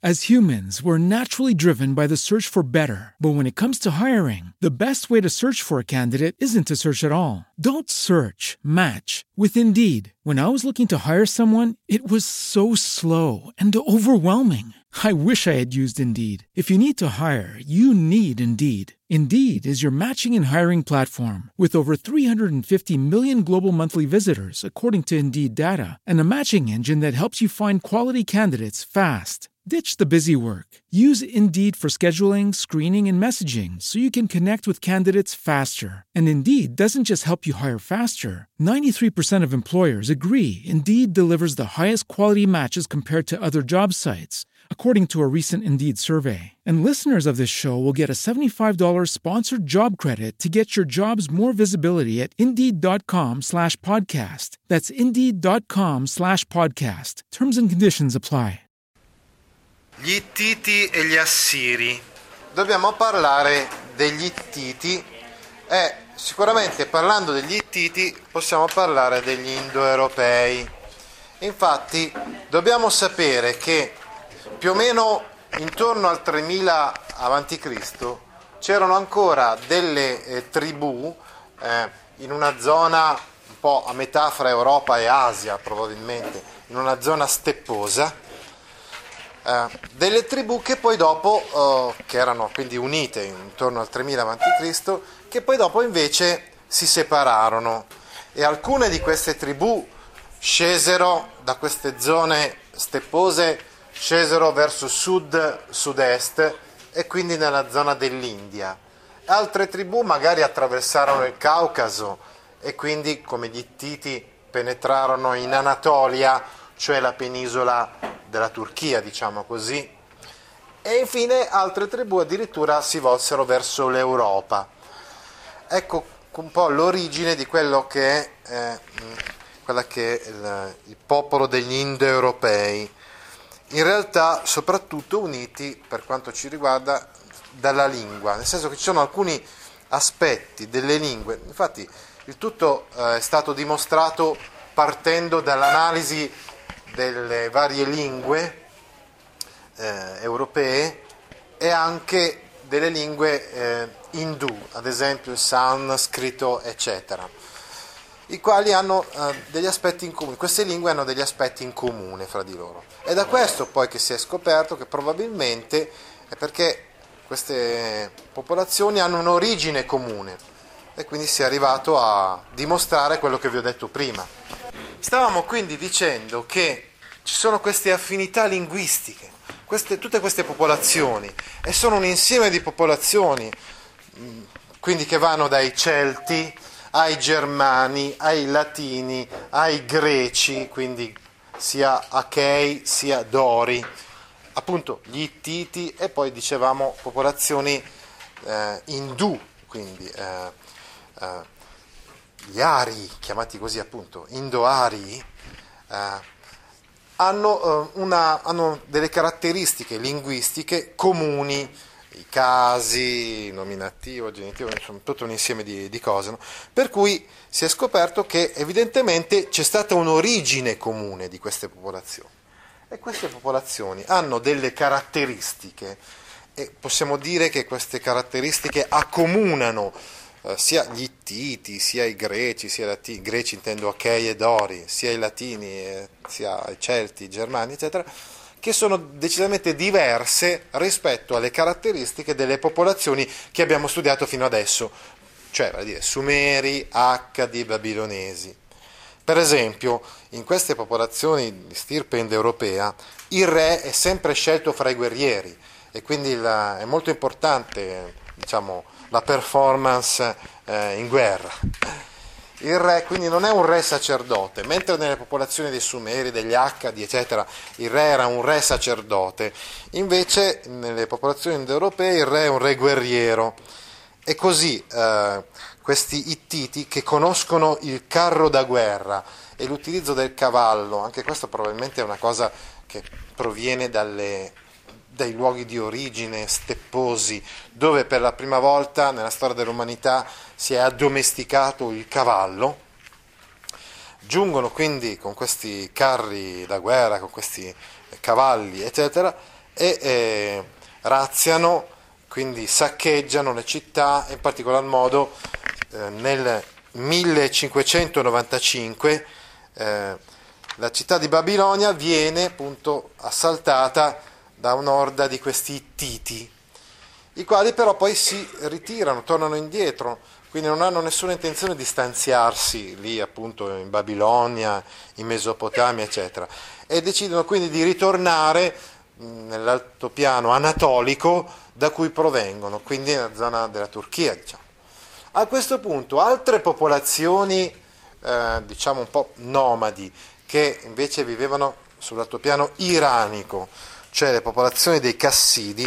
As humans, we're naturally driven by the search for better. But when it comes to hiring, the best way to search for a candidate isn't to search at all. Don't search, match with Indeed. When I was looking to hire someone, it was so slow and overwhelming. I wish I had used Indeed. If you need to hire, you need Indeed. Indeed is your matching and hiring platform with over 350 million global monthly visitors, according to Indeed data, and a matching engine that helps you find quality candidates fast. Ditch the busy work. Use Indeed for scheduling, screening, and messaging so you can connect with candidates faster. And Indeed doesn't just help you hire faster. 93% of employers agree Indeed delivers the highest quality matches compared to other job sites, according to a recent Indeed survey. And listeners of this show will get a $75 sponsored job credit to get your jobs more visibility at Indeed.com/podcast. That's Indeed.com/podcast. Terms and conditions apply. Gli Ittiti e gli Assiri. Dobbiamo parlare degli Ittiti e sicuramente parlando degli Ittiti possiamo parlare degli indoeuropei. Infatti dobbiamo sapere che più o meno intorno al 3000 a.C. c'erano ancora delle tribù in una zona un po' a metà fra Europa e Asia, probabilmente, in una zona stepposa, delle tribù che poi dopo, che erano quindi unite intorno al 3000 a.C., che poi dopo invece si separarono e alcune di queste tribù scesero da queste zone steppose, scesero verso sud-sud-est e quindi nella zona dell'India. Altre tribù magari attraversarono il Caucaso e quindi, come gli Ittiti, penetrarono in Anatolia, cioè la penisola della Turchia, diciamo così, e infine altre tribù addirittura si volsero verso l'Europa. Ecco un po' l'origine di quello che è il popolo degli indoeuropei, in realtà soprattutto uniti, per quanto ci riguarda, dalla lingua, nel senso che ci sono alcuni aspetti delle lingue, infatti il tutto è stato dimostrato partendo dall'analisi delle varie lingue europee e anche delle lingue indù, ad esempio il sanscrito, eccetera, i quali hanno degli aspetti in comune. Queste lingue hanno degli aspetti in comune fra di loro. È da questo poi che si è scoperto che probabilmente è perché queste popolazioni hanno un'origine comune e quindi si è arrivato a dimostrare quello che vi ho detto prima. Stavamo quindi dicendo che ci sono queste affinità linguistiche, tutte queste popolazioni, e sono un insieme di popolazioni, quindi che vanno dai Celti ai Germani, ai Latini, ai Greci, quindi sia Achei sia Dori, appunto gli Ittiti, e poi dicevamo popolazioni indù, quindi gli Arii, chiamati così appunto, Indo-Arii, hanno delle caratteristiche linguistiche comuni, i casi, nominativo, genitivo, insomma tutto un insieme di cose, no? Per cui si è scoperto che evidentemente c'è stata un'origine comune di queste popolazioni e queste popolazioni hanno delle caratteristiche e possiamo dire che queste caratteristiche accomunano sia gli Ittiti, sia i Greci, i Greci intendo Achei e Dori, sia i Latini, sia i Celti, i Germani, eccetera, che sono decisamente diverse rispetto alle caratteristiche delle popolazioni che abbiamo studiato fino adesso, cioè vale a dire Sumeri, Accadi, Babilonesi. Per esempio, in queste popolazioni di stirpe indoeuropea, il re è sempre scelto fra i guerrieri e quindi è molto importante, diciamo, la performance in guerra. Il re quindi non è un re sacerdote, mentre nelle popolazioni dei Sumeri, degli Accadi, eccetera, il re era un re sacerdote, invece nelle popolazioni indoeuropee il re è un re guerriero. E così questi Ittiti, che conoscono il carro da guerra e l'utilizzo del cavallo, anche questo probabilmente è una cosa che proviene dai luoghi di origine stepposi, dove per la prima volta nella storia dell'umanità si è addomesticato il cavallo, giungono quindi con questi carri da guerra, con questi cavalli, eccetera, e razziano, quindi saccheggiano le città, in particolar modo nel 1595 la città di Babilonia viene appunto assaltata da un'orda di questi Ittiti, i quali però poi si ritirano, tornano indietro, quindi non hanno nessuna intenzione di stanziarsi lì appunto in Babilonia, in Mesopotamia, eccetera, e decidono quindi di ritornare nell'altopiano anatolico da cui provengono, quindi nella zona della Turchia, diciamo. A questo punto altre popolazioni, diciamo un po' nomadi, che invece vivevano sull'altopiano iranico, cioè le popolazioni dei Cassiti,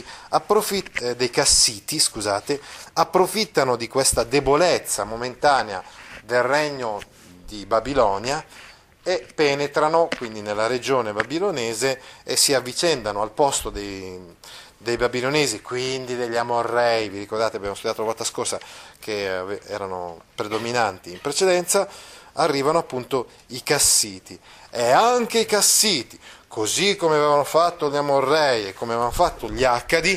approfittano di questa debolezza momentanea del regno di Babilonia e penetrano quindi nella regione babilonese e si avvicendano al posto dei babilonesi, quindi degli Amorrei. Vi ricordate, abbiamo studiato la volta scorsa che erano predominanti in precedenza, arrivano appunto i Cassiti, e anche i Cassiti, così come avevano fatto gli Amorrei e come avevano fatto gli Accadi,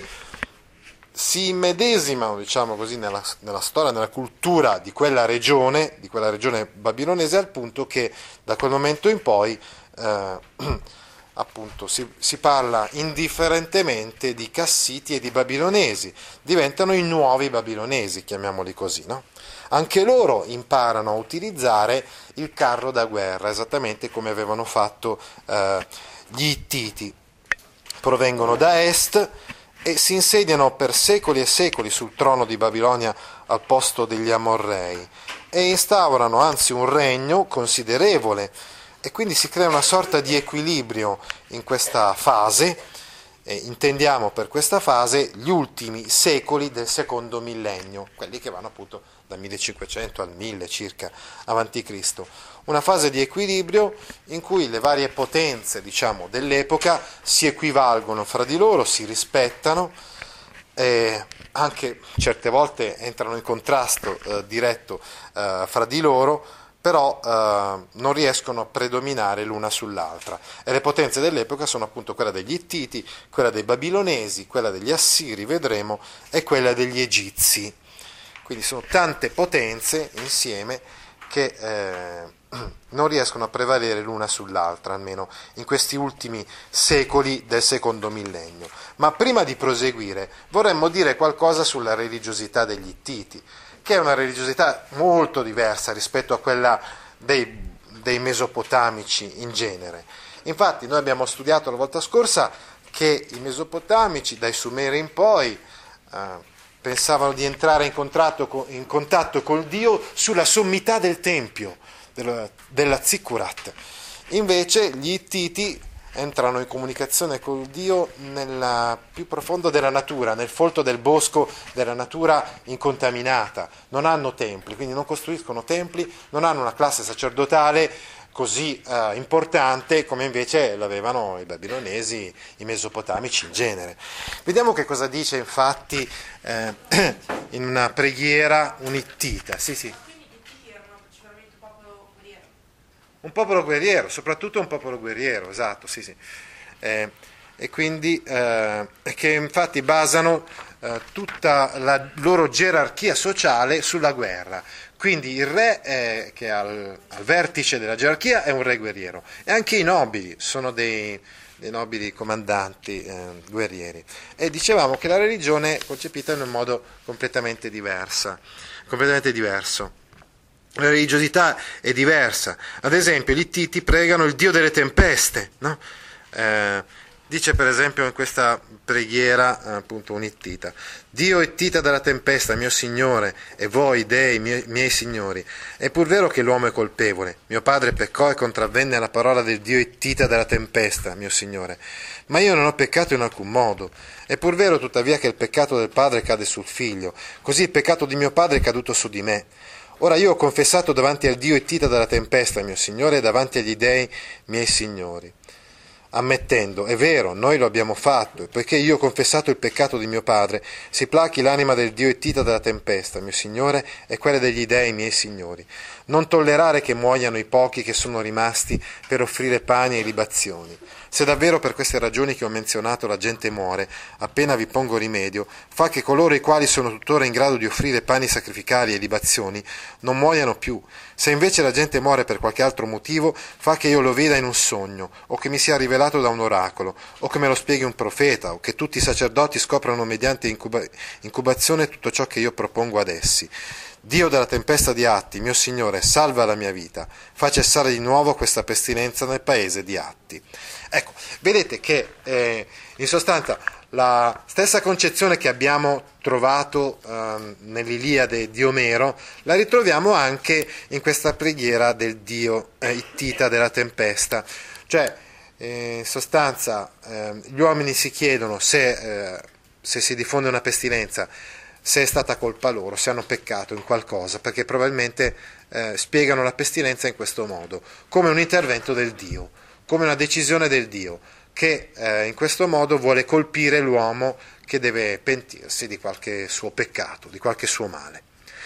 si immedesimano, diciamo così, nella storia, nella cultura di quella regione babilonese, al punto che da quel momento in poi appunto si parla indifferentemente di Cassiti e di babilonesi, diventano i nuovi babilonesi, chiamiamoli così, no? Anche loro imparano a utilizzare il carro da guerra, esattamente come avevano fatto gli Ittiti. Provengono da est e si insediano per secoli e secoli sul trono di Babilonia al posto degli Amorrei e instaurano anzi un regno considerevole, e quindi si crea una sorta di equilibrio in questa fase. Intendiamo per questa fase gli ultimi secoli del secondo millennio, quelli che vanno appunto dal 1500 al 1000 circa avanti Cristo. Una fase di equilibrio in cui le varie potenze, diciamo, dell'epoca si equivalgono fra di loro, si rispettano, anche certe volte entrano in contrasto diretto fra di loro, però non riescono a predominare l'una sull'altra. E le potenze dell'epoca sono appunto quella degli Ittiti, quella dei Babilonesi, quella degli Assiri, vedremo, e quella degli Egizi. Quindi sono tante potenze insieme che non riescono a prevalere l'una sull'altra, almeno in questi ultimi secoli del secondo millennio. Ma prima di proseguire vorremmo dire qualcosa sulla religiosità degli Ittiti, che è una religiosità molto diversa rispetto a quella dei mesopotamici in genere. Infatti noi abbiamo studiato la volta scorsa che i mesopotamici, dai Sumeri in poi, pensavano di entrare in contatto col Dio sulla sommità del Tempio, della Zikkurat. Invece gli Ittiti entrano in comunicazione col Dio nel più profondo della natura, nel folto del bosco della natura incontaminata. Non hanno templi, quindi non costruiscono templi, non hanno una classe sacerdotale così importante come invece l'avevano i babilonesi, i mesopotamici in genere. Vediamo che cosa dice infatti in una preghiera un Ittita. Sì. Un popolo guerriero, soprattutto un popolo guerriero, esatto, sì. E quindi che infatti basano tutta la loro gerarchia sociale sulla guerra. Quindi il re, che è al vertice della gerarchia, è un re guerriero, e anche i nobili sono dei nobili comandanti guerrieri. E dicevamo che la religione è concepita in un modo completamente diverso. La religiosità è diversa. Ad esempio, gli Ittiti pregano il dio delle tempeste, no? Dice per esempio in questa preghiera appunto un Ittita: Dio Ittita della tempesta, mio Signore, e voi dei miei signori, è pur vero che l'uomo è colpevole. Mio padre peccò e contravvenne alla parola del Dio Ittita della tempesta, mio Signore, ma io non ho peccato in alcun modo. È pur vero tuttavia che il peccato del padre cade sul figlio, così il peccato di mio padre è caduto su di me. Ora io ho confessato davanti al Dio Ittita della tempesta, mio Signore, e davanti agli dei miei signori. ammettendo: è vero, noi lo abbiamo fatto, e poiché io ho confessato il peccato di mio padre, si plachi l'anima del dio Ittita della tempesta, mio signore, e quella degli dei miei signori. Non tollerare che muoiano i pochi che sono rimasti per offrire pani e libazioni. Se davvero per queste ragioni che ho menzionato la gente muore, appena vi pongo rimedio, fa che coloro i quali sono tuttora in grado di offrire pani sacrificali e libazioni non muoiano più. Se invece la gente muore per qualche altro motivo, fa che io lo veda in un sogno, o che mi sia rivelato da un oracolo, o che me lo spieghi un profeta, o che tutti i sacerdoti scoprano mediante incubazione tutto ciò che io propongo ad essi. Dio della tempesta di Atti, mio Signore, salva la mia vita, fa cessare di nuovo questa pestilenza nel paese di Atti. Ecco, vedete che in sostanza la stessa concezione che abbiamo trovato nell'Iliade di Omero la ritroviamo anche in questa preghiera del dio Ittita della tempesta. Cioè, in sostanza, gli uomini si chiedono se si diffonde una pestilenza, se è stata colpa loro, se hanno peccato in qualcosa, perché probabilmente spiegano la pestilenza in questo modo, come un intervento del Dio, come una decisione del Dio, che in questo modo vuole colpire l'uomo che deve pentirsi di qualche suo peccato, di qualche suo male.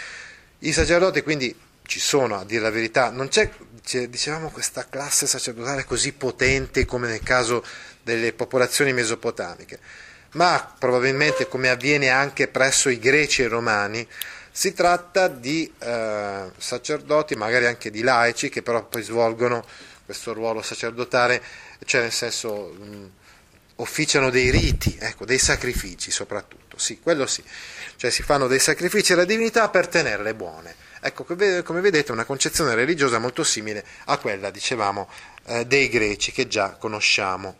I sacerdoti quindi ci sono, a dire la verità, non c'è, dicevamo, questa classe sacerdotale così potente come nel caso delle popolazioni mesopotamiche, ma probabilmente, come avviene anche presso i greci e i romani, si tratta di sacerdoti, magari anche di laici, che però poi svolgono questo ruolo sacerdotale, cioè nel senso officiano dei riti, ecco, dei sacrifici soprattutto, sì, quello sì, cioè si fanno dei sacrifici alla divinità per tenerle buone. Ecco, come vedete, è una concezione religiosa molto simile a quella, dicevamo, dei greci, che già conosciamo.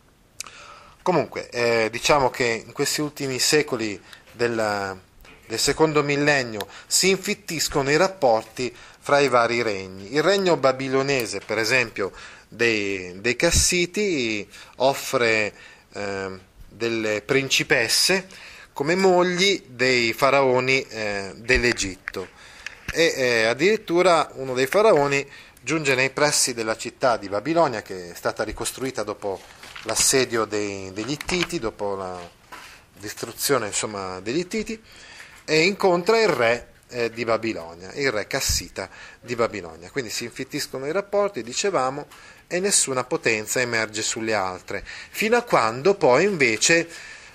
Comunque, diciamo che in questi ultimi secoli del secondo millennio si infittiscono i rapporti fra i vari regni. Il regno babilonese, per esempio, dei Cassiti, offre delle principesse come mogli dei faraoni dell'Egitto, e addirittura uno dei faraoni giunge nei pressi della città di Babilonia, che è stata ricostruita dopo l'assedio degli Ittiti, dopo la distruzione, insomma, degli Ittiti, e incontra il re di Babilonia, il re Cassita di Babilonia. Quindi si infittiscono i rapporti, dicevamo, e nessuna potenza emerge sulle altre, fino a quando poi invece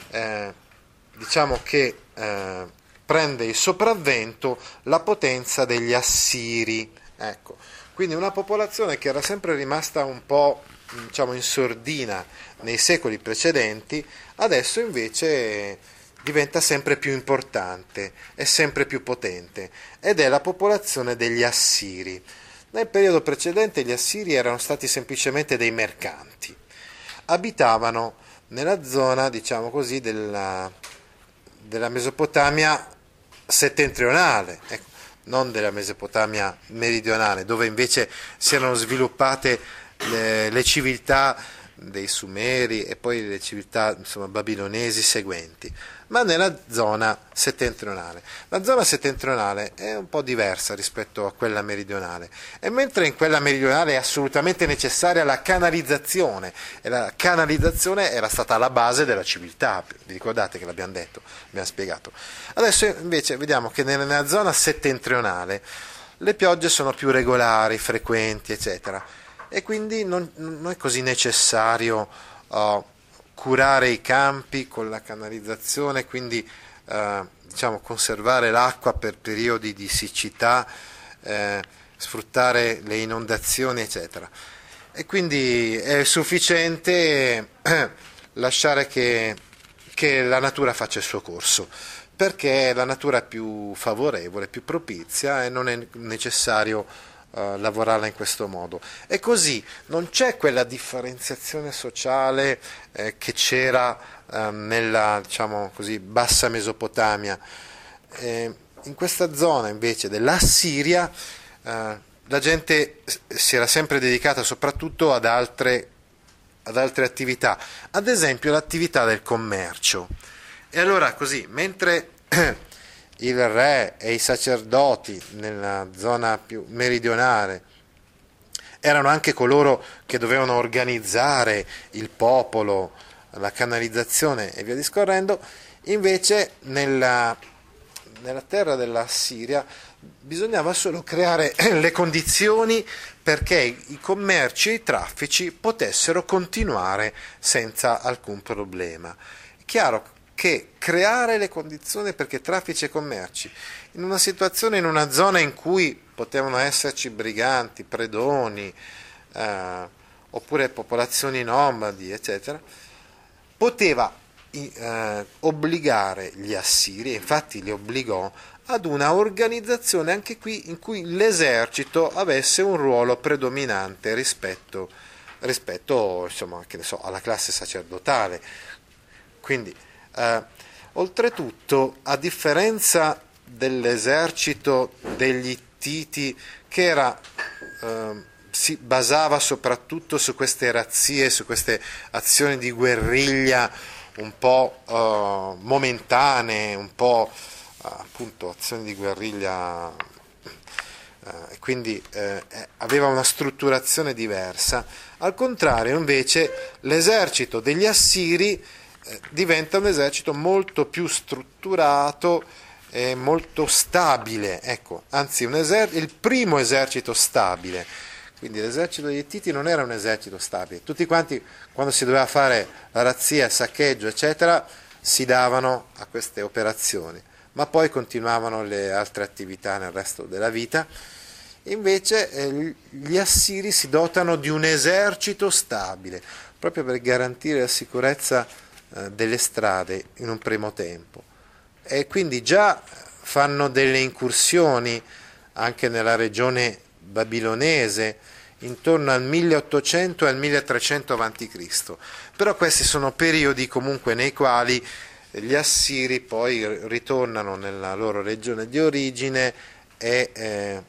diciamo che prende il sopravvento la potenza degli Assiri. Ecco, quindi una popolazione che era sempre rimasta un po', diciamo, in sordina nei secoli precedenti, adesso invece diventa sempre più importante e sempre più potente, ed è la popolazione degli Assiri. Nel periodo precedente gli Assiri erano stati semplicemente dei mercanti, abitavano nella zona, diciamo così, della Mesopotamia settentrionale, ecco, non della Mesopotamia meridionale, dove invece si erano sviluppate le civiltà dei Sumeri e poi le civiltà, insomma, babilonesi seguenti, ma nella zona settentrionale. La zona settentrionale è un po' diversa rispetto a quella meridionale, e mentre in quella meridionale è assolutamente necessaria la canalizzazione, e la canalizzazione era stata la base della civiltà, vi ricordate che l'abbiamo detto, abbiamo spiegato. Adesso invece vediamo che nella zona settentrionale le piogge sono più regolari, frequenti, eccetera, e quindi non è così necessario curare i campi con la canalizzazione, quindi diciamo conservare l'acqua per periodi di siccità, sfruttare le inondazioni, eccetera. E quindi è sufficiente lasciare che la natura faccia il suo corso, perché la natura è più favorevole, più propizia, e non è necessario lavorarla in questo modo. E così non c'è quella differenziazione sociale che c'era nella, diciamo così, bassa Mesopotamia. In questa zona invece dell'Assiria la gente si era sempre dedicata soprattutto ad altre attività, ad esempio l'attività del commercio. E allora così, mentre il re e i sacerdoti nella zona più meridionale erano anche coloro che dovevano organizzare il popolo, la canalizzazione e via discorrendo. Invece nella terra della Siria bisognava solo creare le condizioni perché i commerci e i traffici potessero continuare senza alcun problema. È chiaro che creare le condizioni perché traffici e commerci in una situazione, in una zona in cui potevano esserci briganti, predoni, oppure popolazioni nomadi, eccetera, poteva obbligare gli assiri, e infatti li obbligò, ad una organizzazione anche qui in cui l'esercito avesse un ruolo predominante rispetto insomma, che ne so, alla classe sacerdotale. Quindi oltretutto, a differenza dell'esercito degli Ittiti, che si basava soprattutto su queste razzie, su queste azioni di guerriglia un po' momentanee, un po' appunto azioni di guerriglia, quindi aveva una strutturazione diversa. Al contrario, invece, l'esercito degli Assiri diventa un esercito molto più strutturato e molto stabile, ecco, anzi il primo esercito stabile. Quindi l'esercito degli Ittiti non era un esercito stabile. Tutti quanti, quando si doveva fare la razzia, il saccheggio, eccetera, si davano a queste operazioni, ma poi continuavano le altre attività nel resto della vita. Invece gli Assiri si dotano di un esercito stabile, proprio per garantire la sicurezza delle strade in un primo tempo. E quindi già fanno delle incursioni anche nella regione babilonese intorno al 1800 e al 1300 a.C. Però questi sono periodi comunque nei quali gli Assiri poi ritornano nella loro regione di origine e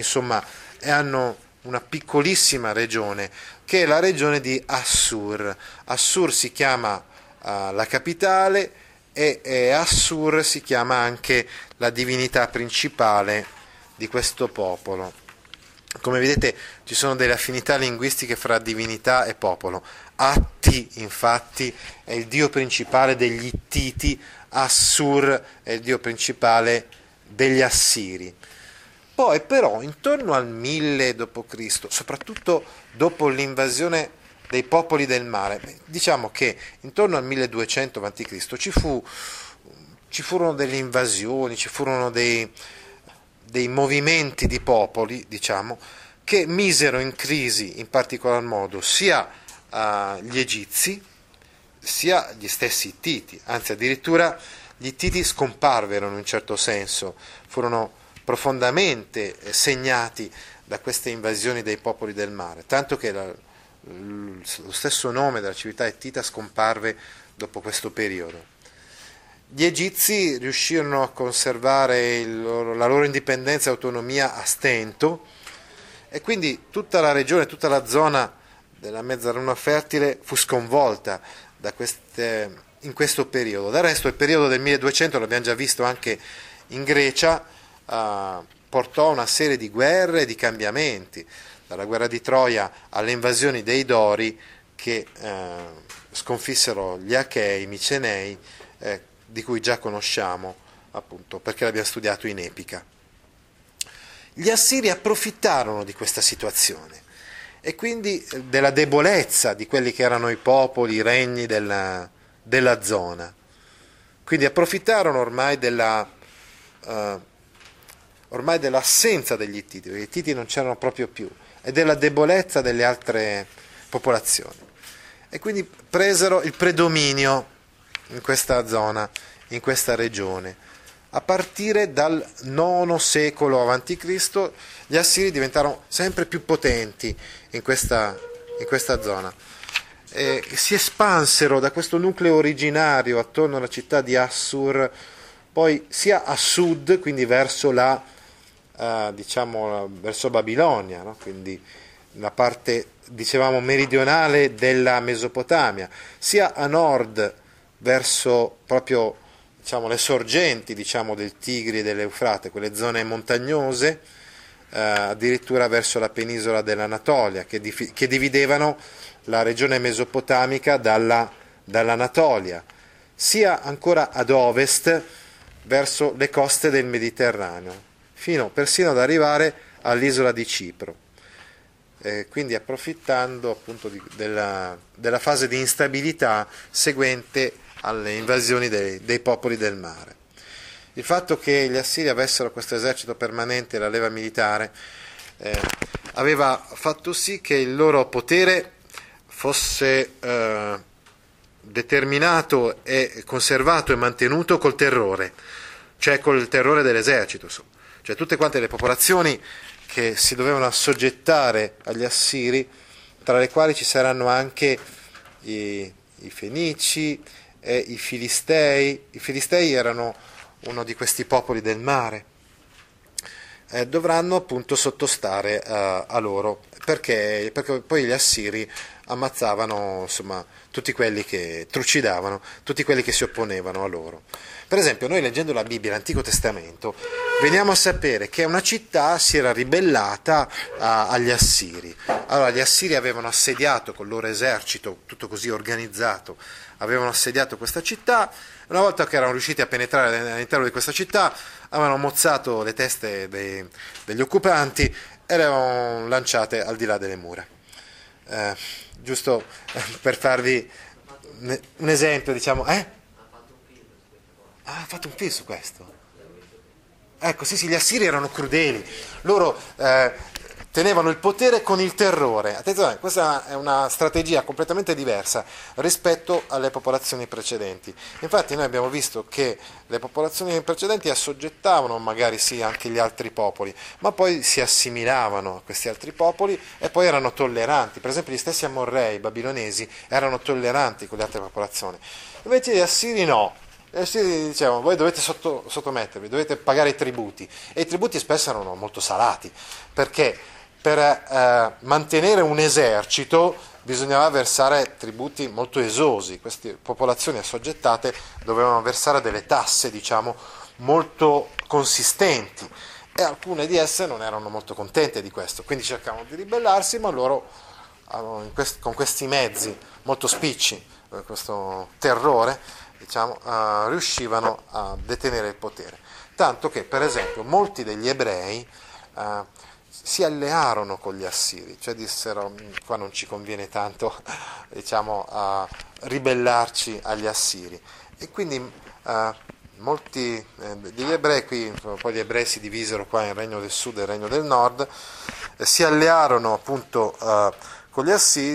hanno una piccolissima regione che è la regione di Assur. Assur si chiama la capitale e Assur si chiama anche la divinità principale di questo popolo. Come vedete, ci sono delle affinità linguistiche fra divinità e popolo. Atti, infatti, è il dio principale degli Ittiti, Assur è il dio principale degli Assiri. Poi però, intorno al 1000 d.C., soprattutto dopo l'invasione dei popoli del mare, diciamo che intorno al 1200 a.C. ci furono delle invasioni, ci furono dei movimenti di popoli, diciamo, che misero in crisi in particolar modo sia gli egizi sia gli stessi Ittiti, anzi addirittura gli Ittiti scomparvero in un certo senso, furono profondamente segnati da queste invasioni dei popoli del mare, tanto che lo stesso nome della civiltà ittita scomparve dopo questo periodo. Gli egizi riuscirono a conservare la loro indipendenza e autonomia a stento, e quindi tutta la regione, tutta la zona della Mezzaluna fertile fu sconvolta in questo periodo. Del resto il periodo del 1200, l'abbiamo già visto anche in Grecia, portò a una serie di guerre e di cambiamenti, dalla guerra di Troia alle invasioni dei Dori che sconfissero gli Achei, i Micenei, di cui già conosciamo, appunto, perché l'abbiamo studiato in Epica. Gli Assiri approfittarono di questa situazione e quindi della debolezza di quelli che erano i popoli, i regni della zona. Quindi approfittarono ormai dell'assenza degli Ittiti, perché gli Ittiti non c'erano proprio più, e della debolezza delle altre popolazioni. E quindi presero il predominio in questa zona, in questa regione. A partire dal IX secolo a.C. gli Assiri diventarono sempre più potenti in questa zona. Si espansero da questo nucleo originario attorno alla città di Assur, poi sia a sud, quindi verso verso Babilonia, no? Quindi la parte, dicevamo, meridionale della Mesopotamia, sia a nord verso proprio, diciamo, le sorgenti, diciamo, del Tigri e dell'Eufrate, quelle zone montagnose, addirittura verso la penisola dell'Anatolia, che dividevano la regione mesopotamica dall'Anatolia, sia ancora ad ovest verso le coste del Mediterraneo, fino persino ad arrivare all'isola di Cipro. Quindi approfittando appunto della fase di instabilità seguente alle invasioni dei popoli del mare. Il fatto che gli Assiri avessero questo esercito permanente e la leva militare aveva fatto sì che il loro potere fosse determinato e conservato e mantenuto col terrore, cioè col terrore dell'esercito. Cioè tutte quante le popolazioni che si dovevano assoggettare agli Assiri, tra le quali ci saranno anche i Fenici e i Filistei. I Filistei erano uno di questi popoli del mare, dovranno appunto sottostare a loro, perché poi gli Assiri ammazzavano, insomma, tutti quelli che trucidavano, tutti quelli che si opponevano a loro. Per esempio, noi leggendo la Bibbia, l'Antico Testamento, veniamo a sapere che una città si era ribellata agli Assiri. Allora, gli Assiri avevano assediato col loro esercito, tutto così organizzato, avevano assediato questa città. Una volta che erano riusciti a penetrare all'interno di questa città, avevano mozzato le teste degli occupanti e le avevano lanciate al di là delle mura. Giusto per farvi un esempio, diciamo, ha fatto un film su questo. Ecco, sì, gli Assiri erano crudeli, loro tenevano il potere con il terrore. Attenzione, questa è una strategia completamente diversa rispetto alle popolazioni precedenti. Infatti noi abbiamo visto che le popolazioni precedenti assoggettavano magari sì anche gli altri popoli, ma poi si assimilavano a questi altri popoli e poi erano tolleranti. Per esempio gli stessi Amorrei babilonesi erano tolleranti con le altre popolazioni. Invece gli Assiri no. Gli Assiri dicevano: voi dovete sottomettervi, dovete pagare i tributi, e i tributi spesso erano molto salati, perché per mantenere un esercito bisognava versare tributi molto esosi. Queste popolazioni assoggettate dovevano versare delle tasse, diciamo, molto consistenti, e alcune di esse non erano molto contente di questo, quindi cercavano di ribellarsi, ma loro con questi mezzi molto spicci, questo terrore, diciamo, riuscivano a detenere il potere. Tanto che, per esempio, molti degli ebrei si allearono con gli Assiri, cioè dissero: qua non ci conviene tanto, diciamo, ribellarci agli Assiri. E quindi molti degli ebrei, qui poi gli ebrei si divisero qua in Regno del Sud e il Regno del Nord, si allearono appunto con gli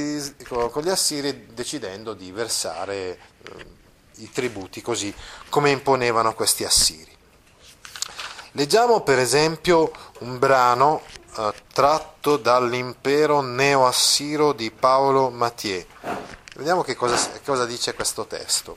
Assiri, decidendo di versare i tributi così come imponevano questi Assiri. Leggiamo per esempio un brano tratto dall'Impero neo-assiro di Paolo Mathieu. Vediamo che cosa dice questo testo.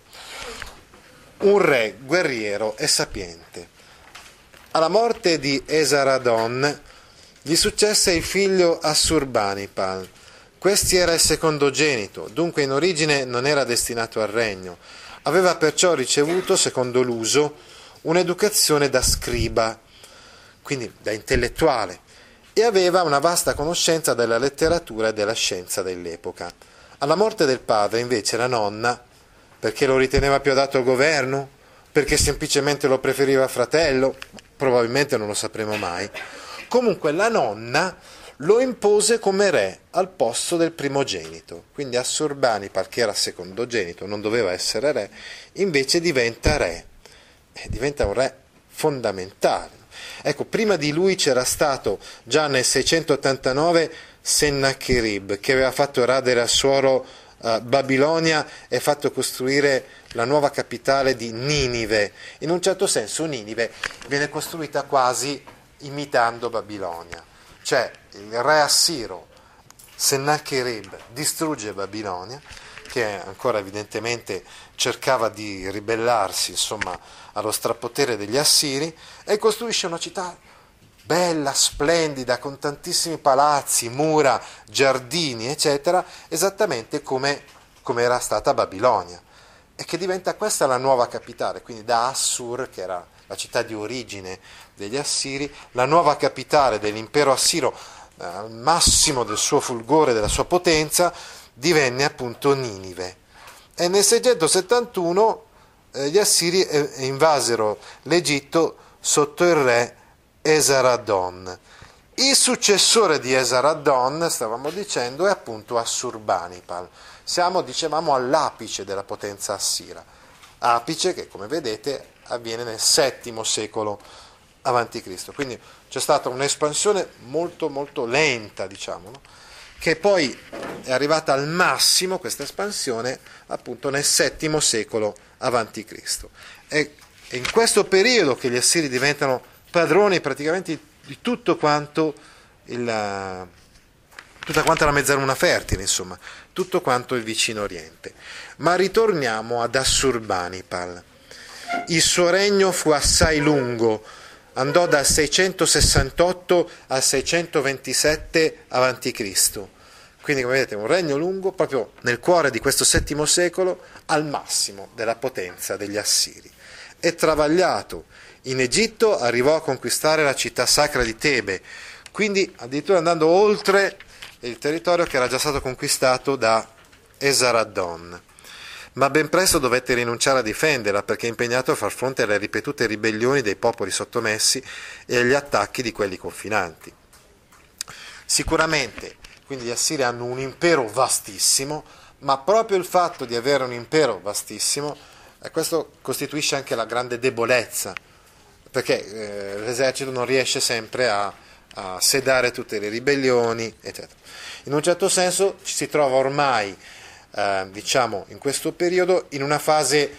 Un re guerriero e sapiente. Alla morte di Esaradon gli successe il figlio Assurbanipal. Questi era il secondogenito, dunque in origine non era destinato al regno. Aveva perciò ricevuto, secondo l'uso, un'educazione da scriba, quindi da intellettuale, e aveva una vasta conoscenza della letteratura e della scienza dell'epoca. Alla morte del padre, invece, la nonna, perché lo riteneva più adatto al governo, perché semplicemente lo preferiva fratello, probabilmente non lo sapremo mai, comunque la nonna lo impose come re al posto del primogenito. Quindi Assurbanipal, che era secondogenito, non doveva essere re, invece diventa re, e diventa un re fondamentale. Ecco, prima di lui c'era stato già nel 689 Sennacherib, che aveva fatto radere a suolo Babilonia e fatto costruire la nuova capitale di Ninive. In un certo senso Ninive viene costruita quasi imitando Babilonia, cioè il re assiro Sennacherib distrugge Babilonia, che ancora evidentemente cercava di ribellarsi, insomma, allo strapotere degli Assiri, e costruisce una città bella, splendida, con tantissimi palazzi, mura, giardini, eccetera, esattamente come era stata Babilonia, e che diventa questa la nuova capitale, quindi da Assur, che era la città di origine degli Assiri, la nuova capitale dell'impero assiro, al massimo del suo fulgore, della sua potenza, divenne appunto Ninive. E nel 671 gli Assiri invasero l'Egitto sotto il re Esarhaddon. Il successore di Esarhaddon, stavamo dicendo, è appunto Assurbanipal. Siamo, dicevamo, all'apice della potenza assira. Apice che, come vedete, avviene nel VII secolo a.C. Quindi c'è stata un'espansione molto molto lenta, diciamo, no? Che poi è arrivata al massimo, questa espansione, appunto nel VII secolo a.C. È in questo periodo che gli Assiri diventano padroni praticamente di tutto quanto tutta quanta la mezzaluna fertile, insomma, tutto quanto il vicino Oriente. Ma ritorniamo ad Assurbanipal. Il suo regno fu assai lungo, andò dal 668 al 627 a.C. Quindi, come vedete, un regno lungo proprio nel cuore di questo VII secolo, al massimo della potenza degli Assiri. E travagliato in Egitto arrivò a conquistare la città sacra di Tebe, quindi addirittura andando oltre il territorio che era già stato conquistato da Esarhaddon. Ma ben presto dovette rinunciare a difenderla perché impegnato a far fronte alle ripetute ribellioni dei popoli sottomessi e agli attacchi di quelli confinanti. Sicuramente, quindi gli Assiri hanno un impero vastissimo, ma proprio il fatto di avere un impero vastissimo, questo costituisce anche la grande debolezza, perché l'esercito non riesce sempre a sedare tutte le ribellioni, eccetera. In un certo senso ci si trova ormai, diciamo, in questo periodo, in una fase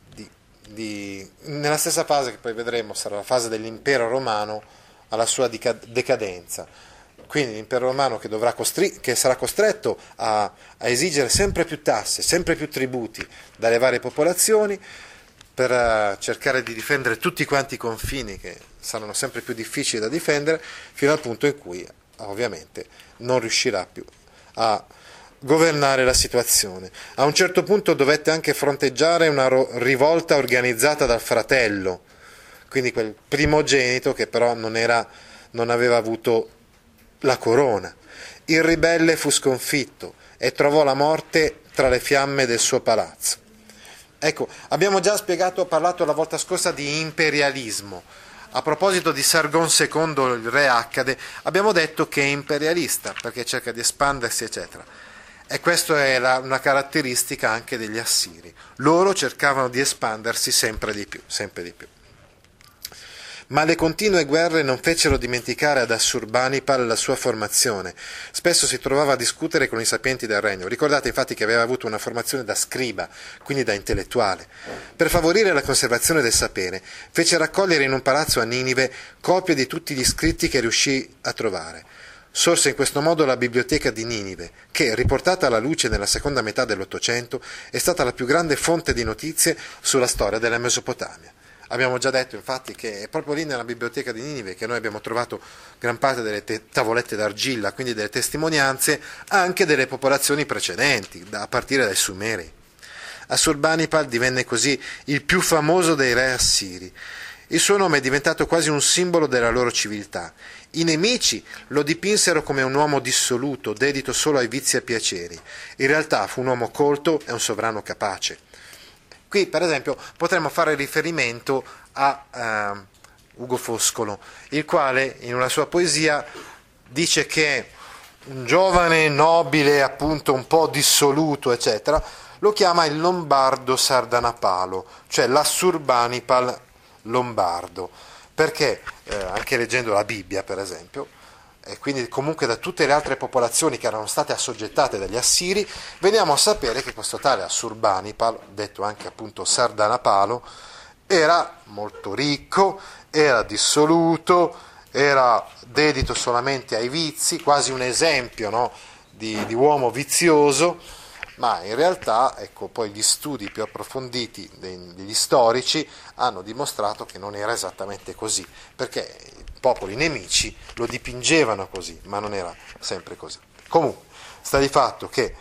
nella stessa fase che poi vedremo sarà la fase dell'impero romano alla sua decadenza. Quindi l'impero romano che sarà costretto a esigere sempre più tasse, sempre più tributi dalle varie popolazioni per cercare di difendere tutti quanti i confini che saranno sempre più difficili da difendere, fino al punto in cui ovviamente non riuscirà più a governare la situazione. A un certo punto dovette anche fronteggiare una rivolta organizzata dal fratello, quindi quel primogenito che però non aveva avuto la corona. Il ribelle fu sconfitto e trovò la morte tra le fiamme del suo palazzo. Ecco, abbiamo già parlato la volta scorsa di imperialismo. A proposito di Sargon II, il re Accade, abbiamo detto che è imperialista perché cerca di espandersi, eccetera. E questa è una caratteristica anche degli Assiri. Loro cercavano di espandersi sempre di più, sempre di più. Ma le continue guerre non fecero dimenticare ad Assurbanipal la sua formazione. Spesso si trovava a discutere con i sapienti del regno. Ricordate infatti che aveva avuto una formazione da scriba, quindi da intellettuale. Per favorire la conservazione del sapere, fece raccogliere in un palazzo a Ninive copie di tutti gli scritti che riuscì a trovare. Sorse in questo modo la biblioteca di Ninive, che, riportata alla luce nella seconda metà dell'Ottocento, è stata la più grande fonte di notizie sulla storia della Mesopotamia. Abbiamo già detto infatti che è proprio lì nella biblioteca di Ninive che noi abbiamo trovato gran parte delle tavolette d'argilla, quindi delle testimonianze anche delle popolazioni precedenti, a partire dai Sumeri. Assurbanipal divenne così il più famoso dei re assiri. Il suo nome è diventato quasi un simbolo della loro civiltà. I nemici lo dipinsero come un uomo dissoluto, dedito solo ai vizi e piaceri. In realtà fu un uomo colto e un sovrano capace. Qui, per esempio, potremmo fare riferimento a Ugo Foscolo, il quale in una sua poesia dice che un giovane nobile, appunto un po' dissoluto, eccetera, lo chiama il Lombardo Sardanapalo, cioè l'Assurbanipal lombardo, perché anche leggendo la Bibbia, per esempio, e quindi comunque da tutte le altre popolazioni che erano state assoggettate dagli Assiri, veniamo a sapere che questo tale Assurbanipal, detto anche appunto Sardanapalo, era molto ricco, era dissoluto, era dedito solamente ai vizi, quasi un esempio, no, di uomo vizioso, ma in realtà, ecco, poi gli studi più approfonditi degli storici hanno dimostrato che non era esattamente così, perché popoli nemici lo dipingevano così, ma non era sempre così. Comunque, sta di fatto che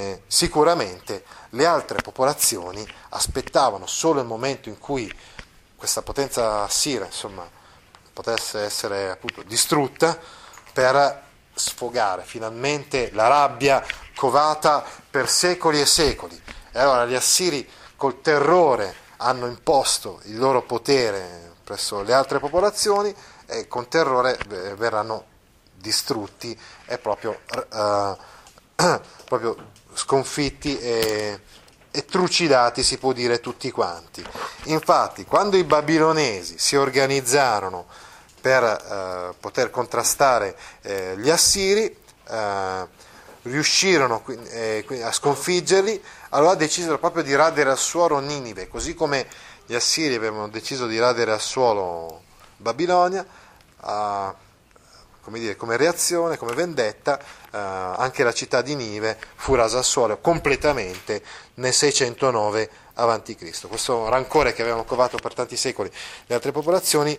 sicuramente le altre popolazioni aspettavano solo il momento in cui questa potenza assira, insomma, potesse essere appunto distrutta per sfogare finalmente la rabbia covata per secoli e secoli. E allora gli assiri col terrore hanno imposto il loro potere presso le altre popolazioni e con terrore verranno distrutti e proprio sconfitti e trucidati, si può dire, tutti quanti. Infatti, quando i babilonesi si organizzarono per poter contrastare gli assiri, riuscirono a sconfiggerli, allora decisero proprio di radere al suolo Ninive, così come gli assiri avevano deciso di radere al suolo Babilonia, come reazione, come vendetta, anche la città di Ninive fu rasa al suolo completamente nel 609 a.C. Questo rancore che avevano covato per tanti secoli le altre popolazioni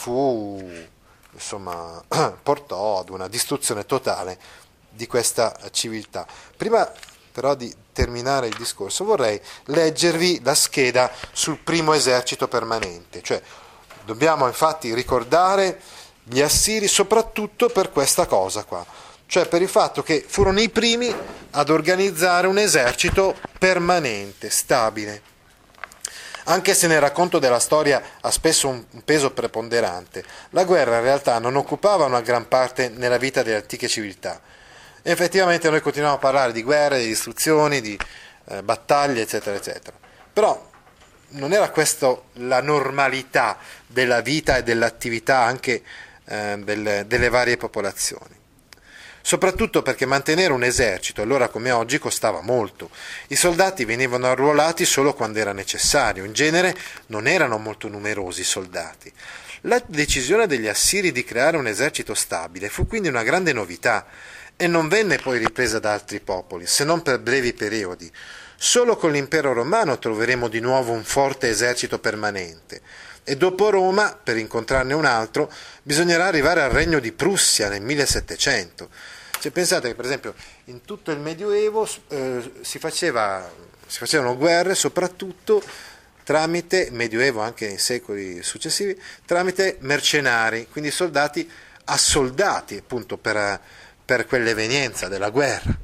portò ad una distruzione totale di questa civiltà. Prima però di terminare il discorso vorrei leggervi la scheda sul primo esercito permanente, cioè dobbiamo infatti ricordare gli assiri soprattutto per questa cosa qua, cioè per il fatto che furono i primi ad organizzare un esercito permanente, stabile. Anche se nel racconto della storia ha spesso un peso preponderante, la guerra in realtà non occupava una gran parte nella vita delle antiche civiltà. Effettivamente noi continuiamo a parlare di guerre, di distruzioni, di battaglie, eccetera, eccetera. Però non era questa la normalità della vita e dell'attività anche delle varie popolazioni. Soprattutto perché mantenere un esercito, allora come oggi, costava molto. I soldati venivano arruolati solo quando era necessario, in genere non erano molto numerosi i soldati. La decisione degli assiri di creare un esercito stabile fu quindi una grande novità e non venne poi ripresa da altri popoli, se non per brevi periodi. Solo con l'impero romano troveremo di nuovo un forte esercito permanente. E dopo Roma, per incontrarne un altro, bisognerà arrivare al regno di Prussia nel 1700. Cioè, pensate che per esempio in tutto il Medioevo si facevano guerre soprattutto tramite, Medioevo anche nei secoli successivi, tramite mercenari, quindi soldati assoldati appunto per quell'evenienza della guerra.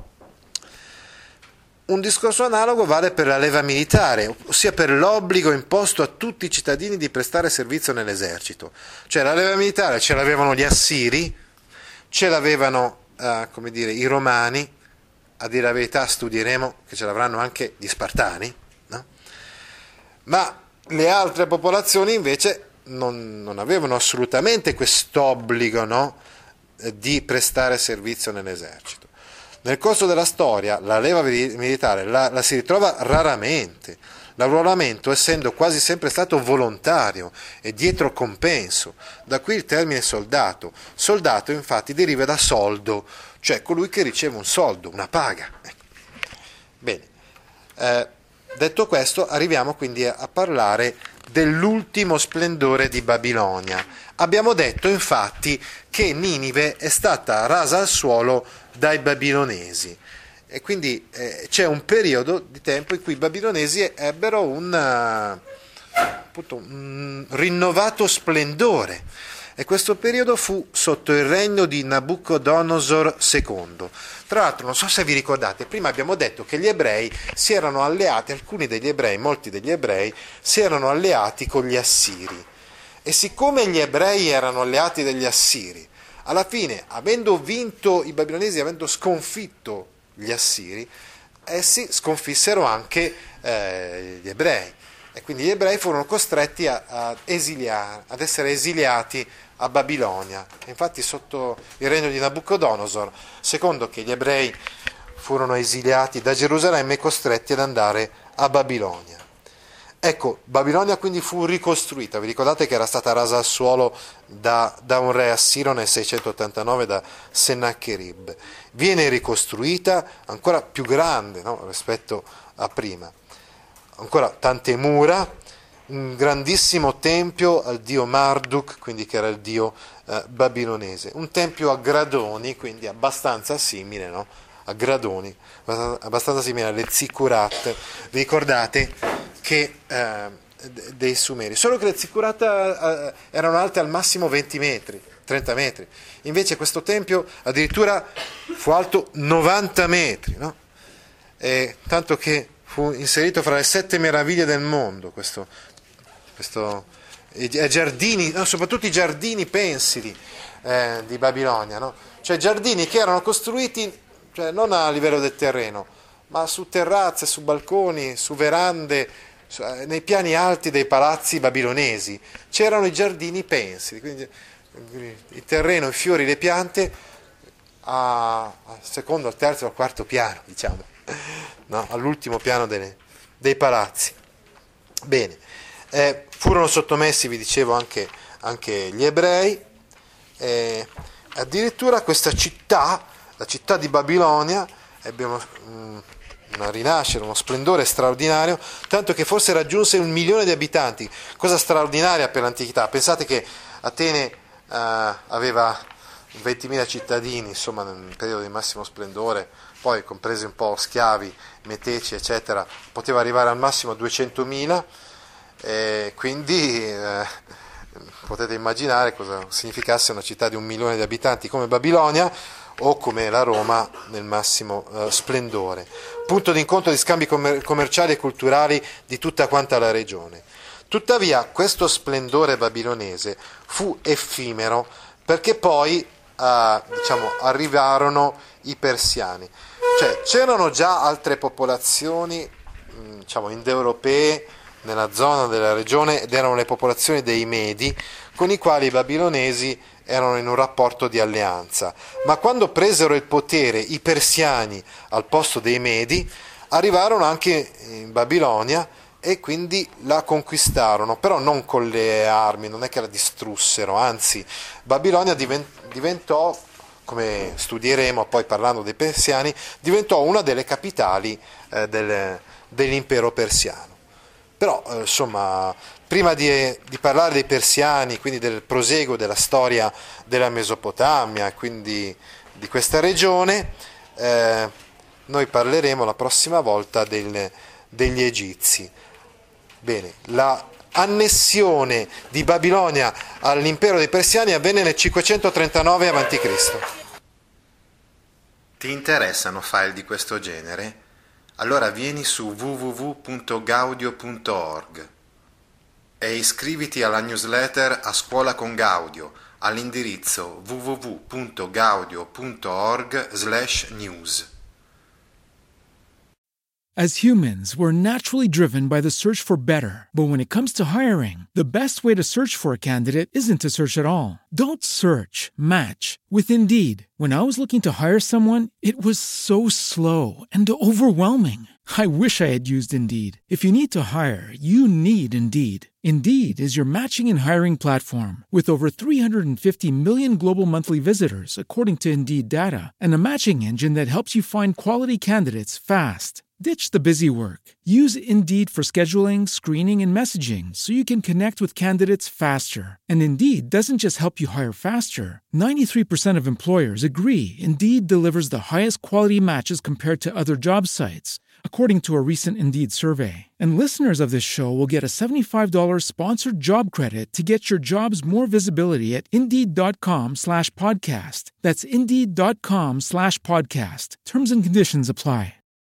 Un discorso analogo vale per la leva militare, ossia per l'obbligo imposto a tutti i cittadini di prestare servizio nell'esercito. Cioè la leva militare ce l'avevano gli assiri, ce l'avevano i romani, a dire la verità studieremo che ce l'avranno anche gli spartani, no? Ma le altre popolazioni invece non avevano assolutamente quest'obbligo, no? Di prestare servizio nell'esercito. Nel corso della storia la leva militare la si ritrova raramente, l'arruolamento essendo quasi sempre stato volontario e dietro compenso, da qui il termine soldato. Soldato infatti deriva da soldo, cioè colui che riceve un soldo, una paga. Bene, detto questo arriviamo quindi a parlare dell'ultimo splendore di Babilonia. Abbiamo detto infatti che Ninive è stata rasa al suolo dai babilonesi e quindi c'è un periodo di tempo in cui i babilonesi ebbero un rinnovato splendore e questo periodo fu sotto il regno di Nabucodonosor II. Tra l'altro non so se vi ricordate, prima abbiamo detto che gli ebrei si erano alleati, molti degli ebrei si erano alleati con gli assiri e siccome gli ebrei erano alleati degli assiri, alla fine, avendo vinto i babilonesi, avendo sconfitto gli assiri, essi sconfissero anche gli ebrei. E quindi gli ebrei furono costretti ad essere esiliati a Babilonia. Infatti sotto il regno di Nabucodonosor, secondo che gli ebrei furono esiliati da Gerusalemme e costretti ad andare a Babilonia. Ecco, Babilonia quindi fu ricostruita, vi ricordate che era stata rasa al suolo da un re assiro nel 689 da Sennacherib. Viene ricostruita ancora più grande, no, rispetto a prima, ancora tante mura, un grandissimo tempio al dio Marduk, quindi che era il dio babilonese, un tempio a gradoni, quindi abbastanza simile, no? A gradoni, abbastanza simile alle zikkurat. Vi ricordate che dei Sumeri, solo che le ziccurata erano alte al massimo 20 metri, 30 metri. Invece questo tempio addirittura fu alto 90 metri, no? Tanto che fu inserito fra le 7 meraviglie del mondo, i giardini, no, soprattutto i giardini pensili di Babilonia, no? Cioè giardini che erano costruiti, cioè, non a livello del terreno, ma su terrazze, su balconi, su verande, nei piani alti dei palazzi babilonesi c'erano i giardini pensili, quindi il terreno, i fiori, le piante al secondo, al terzo, al quarto piano, diciamo, no? All'ultimo piano dei palazzi. Bene, furono sottomessi, vi dicevo, anche gli ebrei, addirittura questa città, la città di Babilonia, abbiamo una rinascita, uno splendore straordinario, tanto che forse raggiunse 1 milione di abitanti, cosa straordinaria per l'antichità. Pensate che Atene aveva 20.000 cittadini, insomma, nel periodo di massimo splendore, poi compresi un po' schiavi, meteci, eccetera, poteva arrivare al massimo a 200.000, quindi potete immaginare cosa significasse una città di 1 milione di abitanti come Babilonia, o come la Roma nel massimo splendore, punto di incontro di scambi commerciali e culturali di tutta quanta la regione. Tuttavia questo splendore babilonese fu effimero, perché poi arrivarono i persiani. Cioè c'erano già altre popolazioni indoeuropee nella zona della regione, ed erano le popolazioni dei Medi, con i quali i babilonesi erano in un rapporto di alleanza, ma quando presero il potere i persiani al posto dei Medi, arrivarono anche in Babilonia e quindi la conquistarono, però non con le armi, non è che la distrussero, anzi Babilonia diventò, come studieremo poi parlando dei persiani, diventò una delle capitali dell'impero persiano. Però insomma, prima di parlare dei persiani, quindi del proseguo della storia della Mesopotamia, quindi di questa regione, noi parleremo la prossima volta degli Egizi. Bene, la annessione di Babilonia all'impero dei persiani avvenne nel 539 a.C. Ti interessano file di questo genere? Allora vieni su www.gaudio.org e iscriviti alla newsletter A Scuola con Gaudio all'indirizzo www.gaudio.org/news. As humans, we're naturally driven by the search for better. But when it comes to hiring, the best way to search for a candidate isn't to search at all. Don't search, match with Indeed. When I was looking to hire someone, it was so slow and overwhelming. I wish I had used Indeed. If you need to hire, you need Indeed. Indeed is your matching and hiring platform with over 350 million global monthly visitors, according to Indeed data, and a matching engine that helps you find quality candidates fast. Ditch the busy work. Use Indeed for scheduling, screening, and messaging so you can connect with candidates faster. And Indeed doesn't just help you hire faster. 93% of employers agree Indeed delivers the highest quality matches compared to other job sites, according to a recent Indeed survey. And listeners of this show will get a $75 sponsored job credit to get your jobs more visibility at Indeed.com/podcast. That's Indeed.com/podcast. Terms and conditions apply.